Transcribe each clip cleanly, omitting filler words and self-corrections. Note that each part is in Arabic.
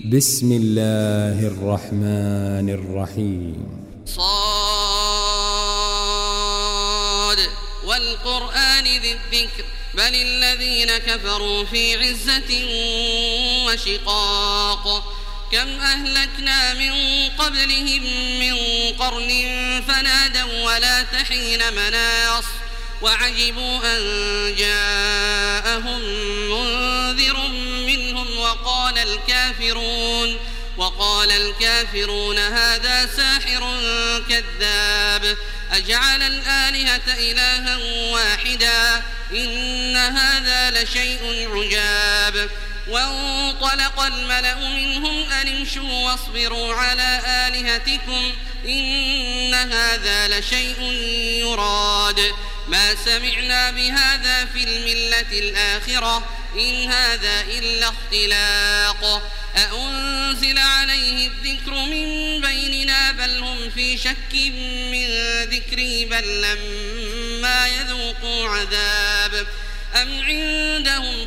بسم الله الرحمن الرحيم. صاد والقرآن ذي الذكر بل الذين كفروا في عزة وشقاق كم أهلكنا من قبلهم من قرن فنادوا ولا تحين مناص وعجبوا أن جاءهم منذر منهم وقال الكافرون هذا ساحر كذاب أجعل الآلهة إلها واحدا إن هذا لشيء عجاب وانطلق الملأ منهم أن امشوا واصبروا على آلهتكم إن هذا لشيء يراد ما سمعنا بهذا في الملة الآخرة إن هذا إلا اختلاق أأنزل عليه الذكر من بيننا بل هم في شك من ذكري بل لما يذوقوا عذاب أم عندهم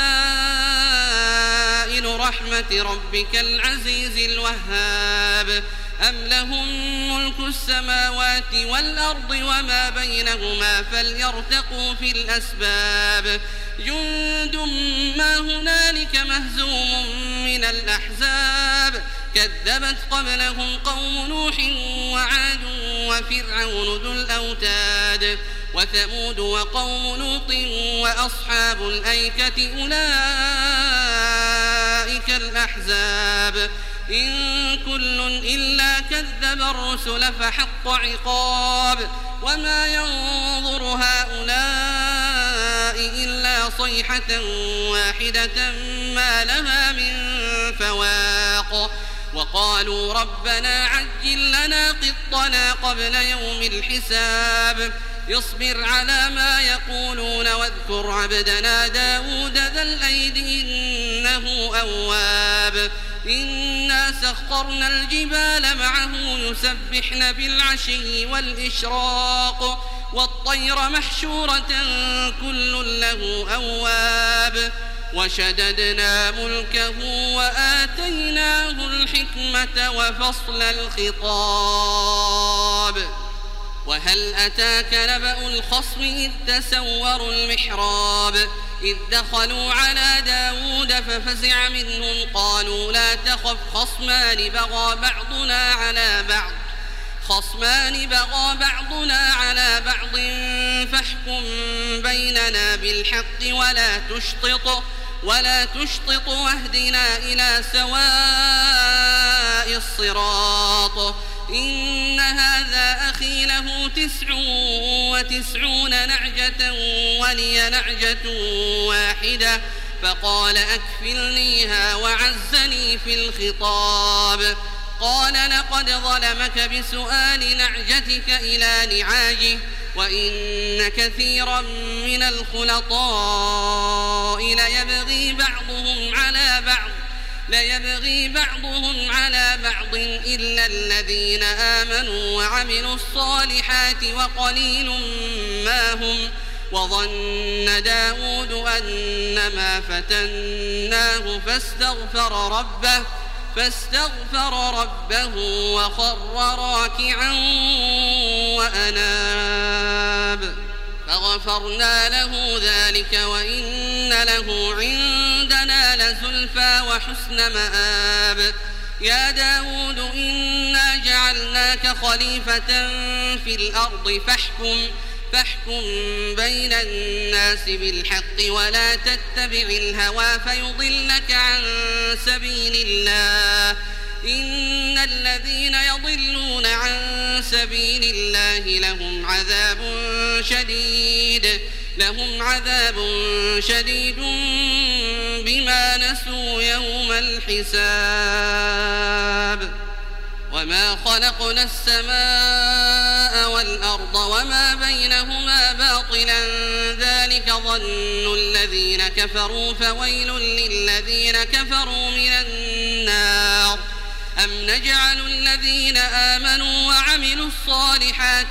خزائن رحمة ربك العزيز الوهاب أم لهم ملك السماوات والأرض وما بينهما فليرتقوا في الأسباب جند ما هنالك مهزوم من الأحزاب كذبت قبلهم قوم نوح وعاد وفرعون ذو الأوتاد وثمود وقوم لوط وأصحاب الأيكة أولئك الأحزاب إن كل إلا كذب الرسل فحق عقاب وما ينظر هؤلاء إلا صيحة واحدة ما لها من فواق وقالوا ربنا عجل لنا قطنا قبل يوم الحساب اصبر على ما يقولون واذكر عبدنا داود ذا الأيد إنه أواب إنا سخرنا الجبال معه يسبحن بالعشي والإشراق والطير محشورة كل له أواب وشددنا ملكه وآتيناه الحكمة وفصل الخطاب وهل أتاك نبأ الخصم إذ تسوروا المحراب إذ دخلوا على داود ففزع منهم قالوا لا تخف خصمان بغى بعضنا على بعض فاحكم بيننا بالحق ولا تشطط واهدنا إلى سواء الصراط إن هذا أخي له 99 نعجة ولي نعجة واحدة فقال أكفلنيها وعزني في الخطاب قال لقد ظلمك بسؤال نعجتك إلى نعاجه وإن كثيرا من الخلطاء ليبغي بعضهم على بعض إلا الذين آمنوا وعملوا الصالحات وقليل ما هم وظن داود أنما فتناه فاستغفر ربه وخر راكعا وأناب فغفرنا له ذلك وإن له عندنا لزلفى وحسن مآب يا داود إنا جعلناك خليفة في الأرض فاحكم بين الناس بالحق ولا تتبع الهوى فيضلك عن سبيل الله إن الذين يضلون عن سبيل الله لهم عذاب شديد بما نسوا يوم الحساب وما خلقنا السماء والأرض وما بينهما باطلا ذلك ظن الذين كفروا فويل للذين كفروا من النار أم نجعل الذين آمنوا وعملوا الصالحات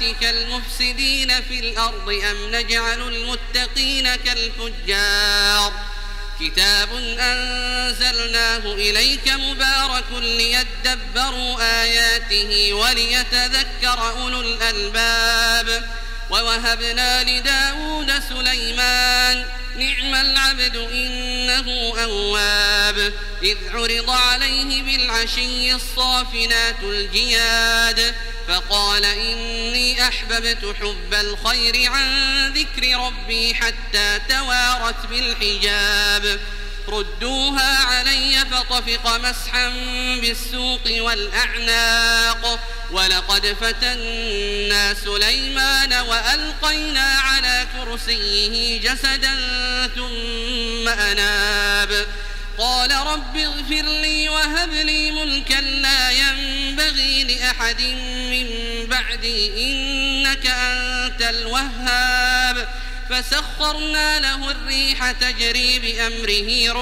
كالمفسدين في الأرض أم نجعل المتقين كالفجار كتاب أنزلناه إليك مبارك ليدبروا آياته وليتذكر أولو الألباب ووهبنا لداود سليمان نعم العبد إنه أواب إذ عرض عليه بالعشي الصافنات الجياد فقال إني أحببت حب الخير عن ذكر ربي حتى توارت بالحجاب ردوها علي فطفق مسحا بالسوق والأعناق ولقد فتنا سليمان وألقينا على كرسيه جسدا ثم أناب قال رب اغفر لي وهب لي ملكا لا ينبغي لأحد من بعدي إنك أنت الوهاب فسخرنا له الريح تجري بأمره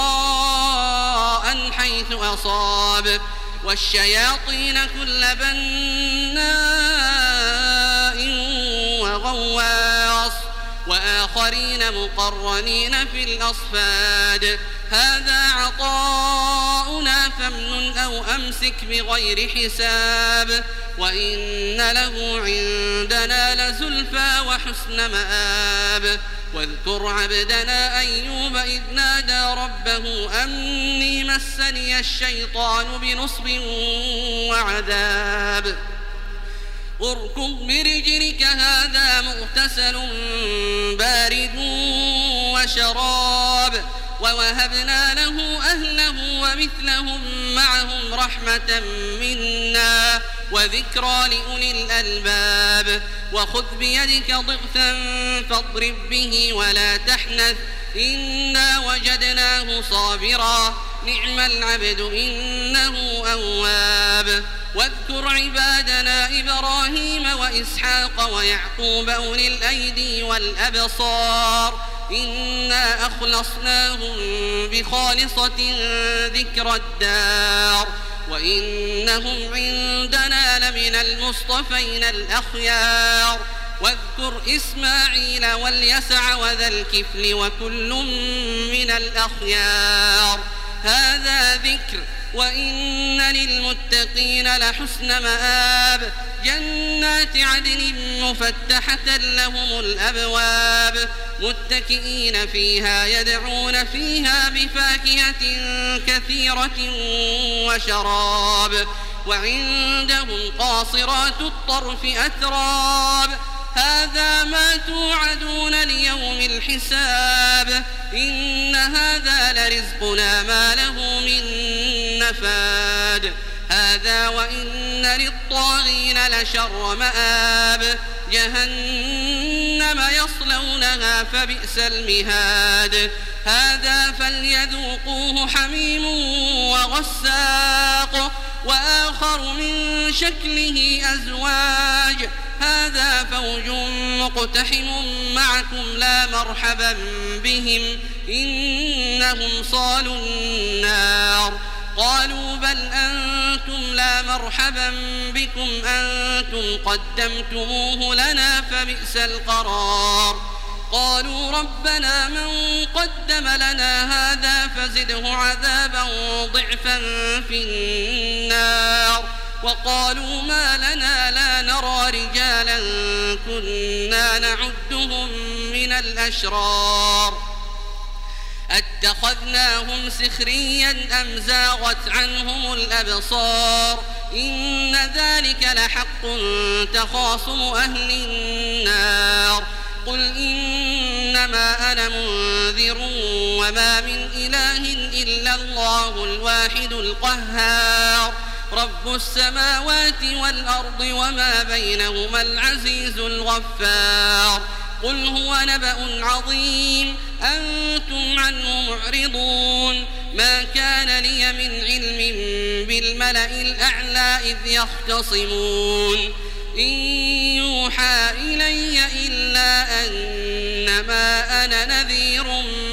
رخاء حيث أصاب والشياطين كل بناء وغواص وآخرين مقرنين في الأصفاد هذا عطاؤنا فامنن أو أمسك بغير حساب وإن له عندنا لزلفى وحسن مآب واذكر عبدنا أيوب إذ نادى ربه أني مسني الشيطان بنصب وعذاب اركض برجلك هذا مغتسل بارد وشراب ووهبنا له أهله ومثلهم معهم رحمة منا وذكرى لأولي الألباب وخذ بيدك ضغثا فاضرب به ولا تحنث إنا وجدناه صابرا نعم العبد إنه أواب واذكر عبادنا إبراهيم وإسحاق ويعقوب أولي الأيدي والأبصار إنا أخلصناهم بخالصة ذكر الدار وإنهم عندنا لمن المصطفين الأخيار واذكر إسماعيل واليسع وذا الكفل وكل من الأخيار هذا ذكر وإن للمتقين لحسن مآب جنات عدن مفتحة لهم الأبواب متكئين فيها يدعون فيها بفاكهة كثيرة وشراب وعندهم قاصرات الطرف أتراب هذا ما توعدون ليوم الحساب إن هذا لرزقنا ما له من نفاد هذا وإن للطاغين لشر مآب جهنم يصلونها فبئس المهاد هذا فليذوقوه حميم وغساق وآخر من شكله أزواج هذا فوج مقتحم معكم لا مرحبا بهم إنهم صالوا النار قالوا بل أنتم لا مرحبا بكم أنتم قدمتموه لنا فبئس القرار قالوا ربنا من قدم لنا هذا فزده عذابا ضعفا في النار وقالوا ما لنا لا نرى رجالا كنا نعدهم من الأشرار أتخذناهم سخريا أم زاغت عنهم الأبصار إن ذلك لحق تخاصم أهل النار قل إنما أنا منذر وما من إله إلا الله الواحد القهار رب السماوات والأرض وما بينهما العزيز الغفار قل هو نبأ عظيم أنتم عنه معرضون ما كان لي من علم بالملأ الأعلى إذ يختصمون إن يوحى إلي إلا أنما أنا نذير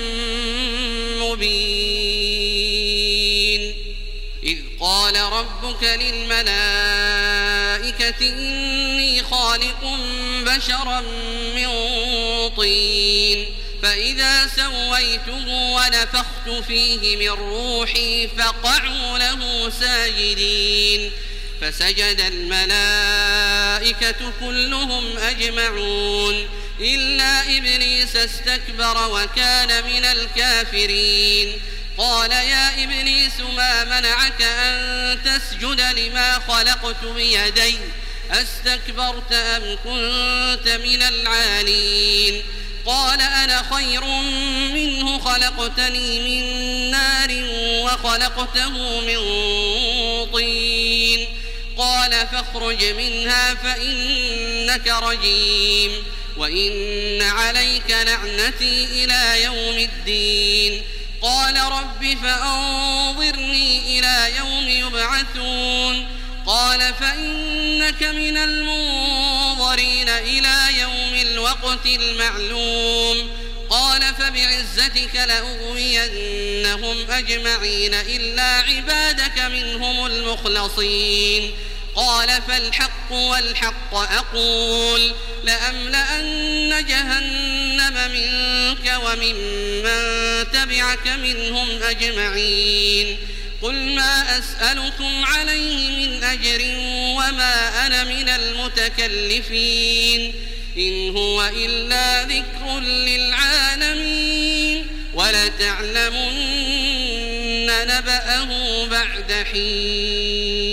مبين إذ قال ربك للملائكة إني خالق بشرا من طين فإذا سويته ونفخت فيه من روحي فقعوا له ساجدين فسجد الملائكة كلهم أجمعون إلا إبليس استكبر وكان من الكافرين قال يا إبليس ما منعك أن تسجد لما خلقت بيدي أستكبرت أم كنت من العالين قال أنا خير منه خلقتني من نار وخلقته من طين قال فاخرج منها فإنك رجيم وإن عليك لعنتي إلى يوم الدين قال رب فأنظرني إلى يوم يبعثون قال فإنك من المنظرين إلى يوم الوقت المعلوم قال فبعزتك لأغوينهم أجمعين إلا عبادك منهم المخلصين قال فالحق والحق أقول لأملأن جهنم منك وممن تبعك منهم أجمعين قل ما أسألكم عليه من أجر وما أنا من المتكلفين إن هو إلا ذكر للعالمين ولتعلمن نبأه بعد حين